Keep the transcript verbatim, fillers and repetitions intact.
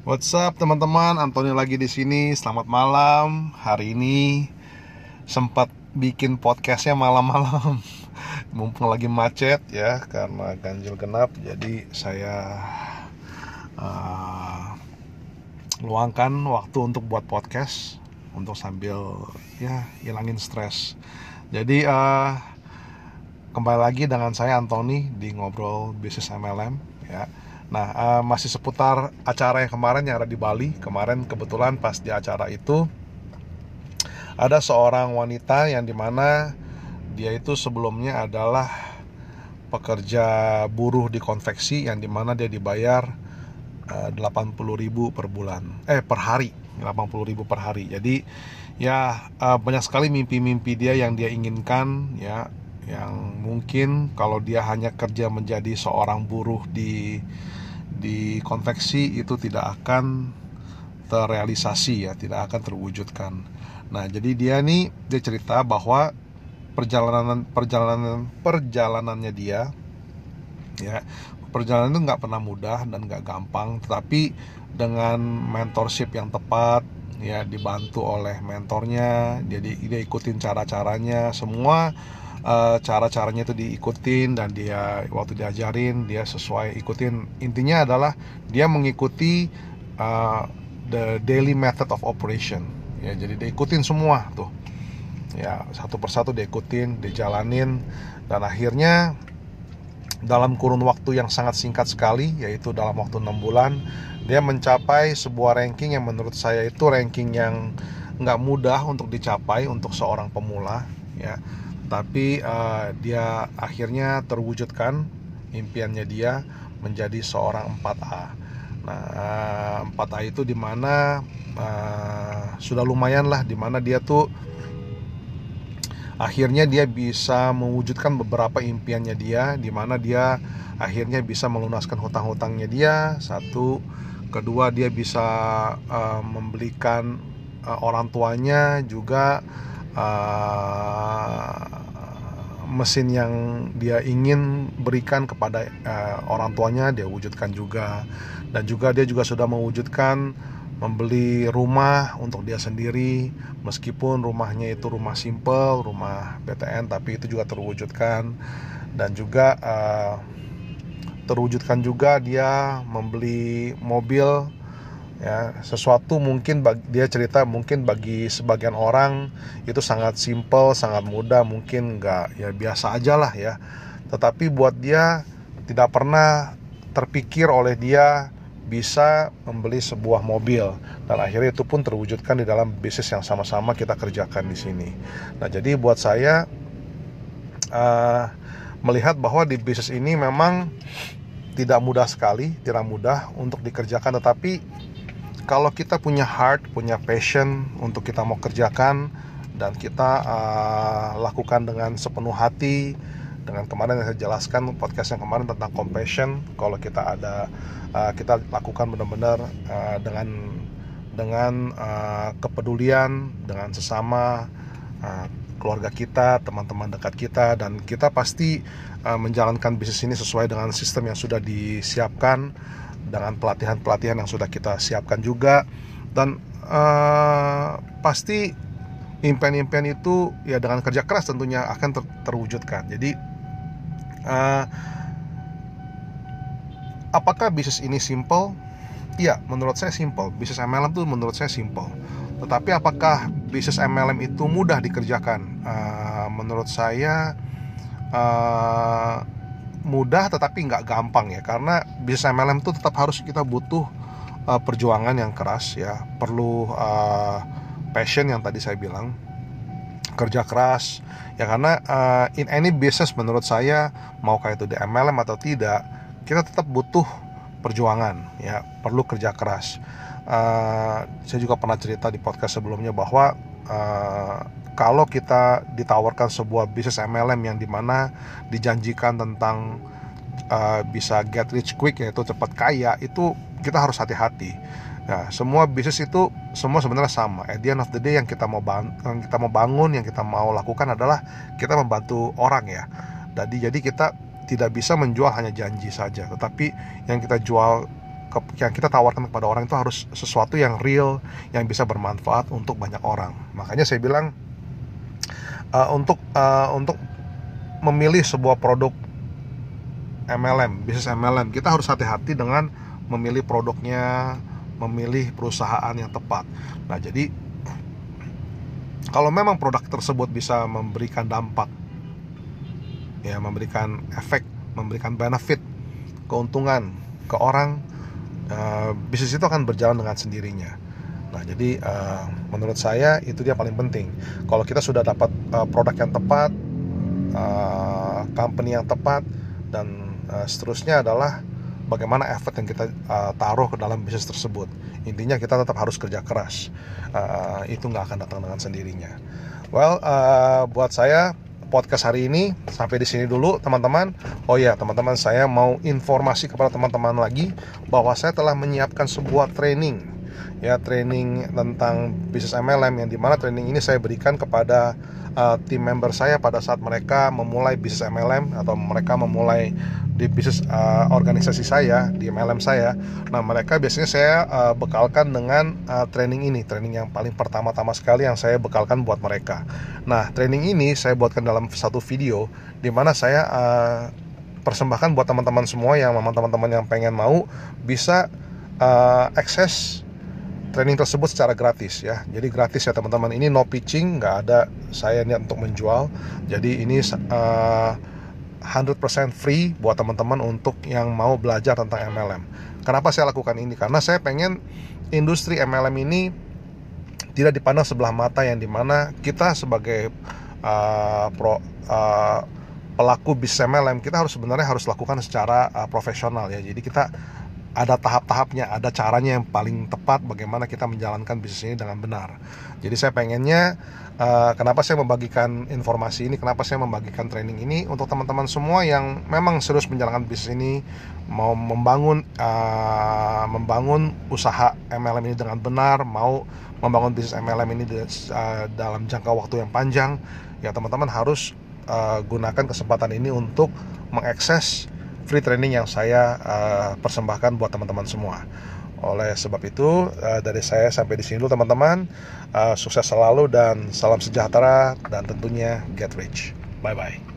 What's up teman-teman, Anthony lagi di sini. Selamat malam. Hari ini sempat bikin podcastnya malam-malam, mumpung lagi macet ya, karena ganjil genap. Jadi saya uh, luangkan waktu untuk buat podcast, untuk sambil ya hilangin stres. Jadi uh, kembali lagi dengan saya Anthony di Ngobrol Bisnis M L M ya. Nah, uh, masih seputar acara yang kemarin yang ada di Bali. Kemarin kebetulan pas di acara itu ada seorang wanita yang dimana dia itu sebelumnya adalah pekerja buruh di konveksi, yang dimana dia dibayar uh, delapan puluh ribu per bulan, eh per hari, delapan puluh ribu per hari. Jadi ya uh, banyak sekali mimpi-mimpi dia yang dia inginkan ya, yang mungkin kalau dia hanya kerja menjadi seorang buruh di di konveksi itu tidak akan terrealisasi ya, tidak akan terwujudkan. Nah, jadi dia nih dia cerita bahwa perjalanan perjalanan perjalanannya dia ya, perjalanan itu nggak pernah mudah dan nggak gampang, tetapi dengan mentorship yang tepat ya, dibantu oleh mentornya, jadi dia ikutin cara-caranya semua. Uh, cara-caranya itu diikutin, dan dia waktu diajarin dia sesuai ikutin. Intinya adalah dia mengikuti uh, the daily method of operation ya, jadi dia ikutin semua tuh ya, satu persatu dia ikutin, dia jalanin, dan akhirnya dalam kurun waktu yang sangat singkat sekali, yaitu dalam waktu enam bulan, dia mencapai sebuah ranking yang menurut saya itu ranking yang nggak mudah untuk dicapai untuk seorang pemula ya. Tapi uh, dia akhirnya terwujudkan impiannya dia menjadi seorang empat A. Nah, uh, empat A itu dimana uh, sudah lumayan lah, dimana dia tuh akhirnya dia bisa mewujudkan beberapa impiannya dia, dimana dia akhirnya bisa melunaskan hutang-hutangnya dia. Satu, kedua dia bisa uh, membelikan uh, orang tuanya juga uh, mesin yang dia ingin berikan kepada uh, orang tuanya, dia wujudkan juga. Dan juga dia juga sudah mewujudkan membeli rumah untuk dia sendiri, meskipun rumahnya itu rumah simple, rumah P T N, tapi itu juga terwujudkan. Dan juga uh, terwujudkan juga dia membeli mobil ya, sesuatu mungkin bagi, dia cerita mungkin bagi sebagian orang itu sangat simple, sangat mudah, mungkin nggak, ya biasa aja lah ya, tetapi buat dia tidak pernah terpikir oleh dia bisa membeli sebuah mobil, dan akhirnya itu pun terwujudkan di dalam bisnis yang sama-sama kita kerjakan di sini. Nah, jadi buat saya uh, melihat bahwa di bisnis ini memang tidak mudah sekali, tidak mudah untuk dikerjakan, tetapi kalau kita punya heart, punya passion untuk kita mau kerjakan, dan kita uh, lakukan dengan sepenuh hati, dengan kemarin yang saya jelaskan podcast yang kemarin tentang compassion, kalau kita ada uh, kita lakukan benar-benar uh, dengan dengan uh, kepedulian dengan sesama, uh, keluarga kita, teman-teman dekat kita, dan kita pasti uh, menjalankan bisnis ini sesuai dengan sistem yang sudah disiapkan, dengan pelatihan-pelatihan yang sudah kita siapkan juga. Dan uh, pasti impian-impian itu ya dengan kerja keras tentunya akan ter- terwujudkan. Jadi uh, apakah bisnis ini simple? Iya, menurut saya simple. Bisnis M L M itu menurut saya simple. Tetapi apakah bisnis M L M itu mudah dikerjakan? Uh, menurut saya uh, mudah, tetapi nggak gampang ya, karena bisnis M L M itu tetap harus kita butuh uh, perjuangan yang keras ya, perlu uh, passion yang tadi saya bilang, kerja keras ya, karena uh, in any business menurut saya, mau kayak itu di M L M atau tidak, kita tetap butuh perjuangan ya, perlu kerja keras. uh, saya juga pernah cerita di podcast sebelumnya bahwa uh, kalau kita ditawarkan sebuah bisnis M L M yang dimana dijanjikan tentang uh, bisa get rich quick, yaitu cepat kaya, itu kita harus hati-hati. Nah, semua bisnis itu semua sebenarnya sama. At the end of the day, yang kita mau bangun, yang kita mau bangun, yang kita mau lakukan adalah kita membantu orang ya. Jadi jadi kita tidak bisa menjual hanya janji saja, tetapi yang kita jual yang kita tawarkan kepada orang itu harus sesuatu yang real, yang bisa bermanfaat untuk banyak orang. Makanya saya bilang uh, untuk uh, untuk memilih sebuah produk M L M, bisnis M L M, kita harus hati-hati dengan memilih produknya, memilih perusahaan yang tepat. Nah, jadi kalau memang produk tersebut bisa memberikan dampak, ya, memberikan efek, memberikan benefit, keuntungan ke orang, uh, bisnis itu akan berjalan dengan sendirinya. Nah, jadi uh, menurut saya itu dia paling penting. Kalau kita sudah dapat uh, produk yang tepat, uh, company yang tepat, dan uh, seterusnya adalah bagaimana effort yang kita uh, taruh ke dalam bisnis tersebut. Intinya kita tetap harus kerja keras. Uh, itu nggak akan datang dengan sendirinya. Well, uh, buat saya podcast hari ini sampai di sini dulu, teman-teman. Oh ya, teman-teman, saya mau informasi kepada teman-teman lagi bahwa saya telah menyiapkan sebuah training, ya, training tentang bisnis M L M, yang dimana training ini saya berikan kepada uh, tim member saya pada saat mereka memulai bisnis M L M atau mereka memulai di bisnis uh, organisasi saya, di M L M saya. Nah, mereka biasanya saya uh, bekalkan dengan uh, training ini, training yang paling pertama-tama sekali yang saya bekalkan buat mereka. Nah, training ini saya buatkan dalam satu video, di mana saya uh, persembahkan buat teman-teman semua yang memang teman-teman yang pengen mau bisa uh, akses training tersebut secara gratis, ya. Jadi gratis ya teman-teman. Ini no pitching, nggak ada saya niat untuk menjual. Jadi ini uh, one hundred percent free buat teman-teman untuk yang mau belajar tentang M L M. Kenapa saya lakukan ini? Karena saya pengen industri M L M ini tidak dipandang sebelah mata, yang dimana kita sebagai uh, pro, uh, pelaku bisnis M L M, kita harus sebenarnya harus lakukan secara uh, profesional, ya. Jadi kita ada tahap-tahapnya, ada caranya yang paling tepat bagaimana kita menjalankan bisnis ini dengan benar. Jadi saya pengennya, uh, kenapa saya membagikan informasi ini, kenapa saya membagikan training ini untuk teman-teman semua yang memang serius menjalankan bisnis ini, mau membangun uh, membangun usaha M L M ini dengan benar, mau membangun bisnis M L M ini uh, dalam jangka waktu yang panjang, ya teman-teman harus uh, gunakan kesempatan ini untuk mengakses free training yang saya uh, persembahkan buat teman-teman semua. Oleh sebab itu, uh, dari saya sampai di sini dulu teman-teman. Uh, sukses selalu dan salam sejahtera, dan tentunya get rich. Bye bye.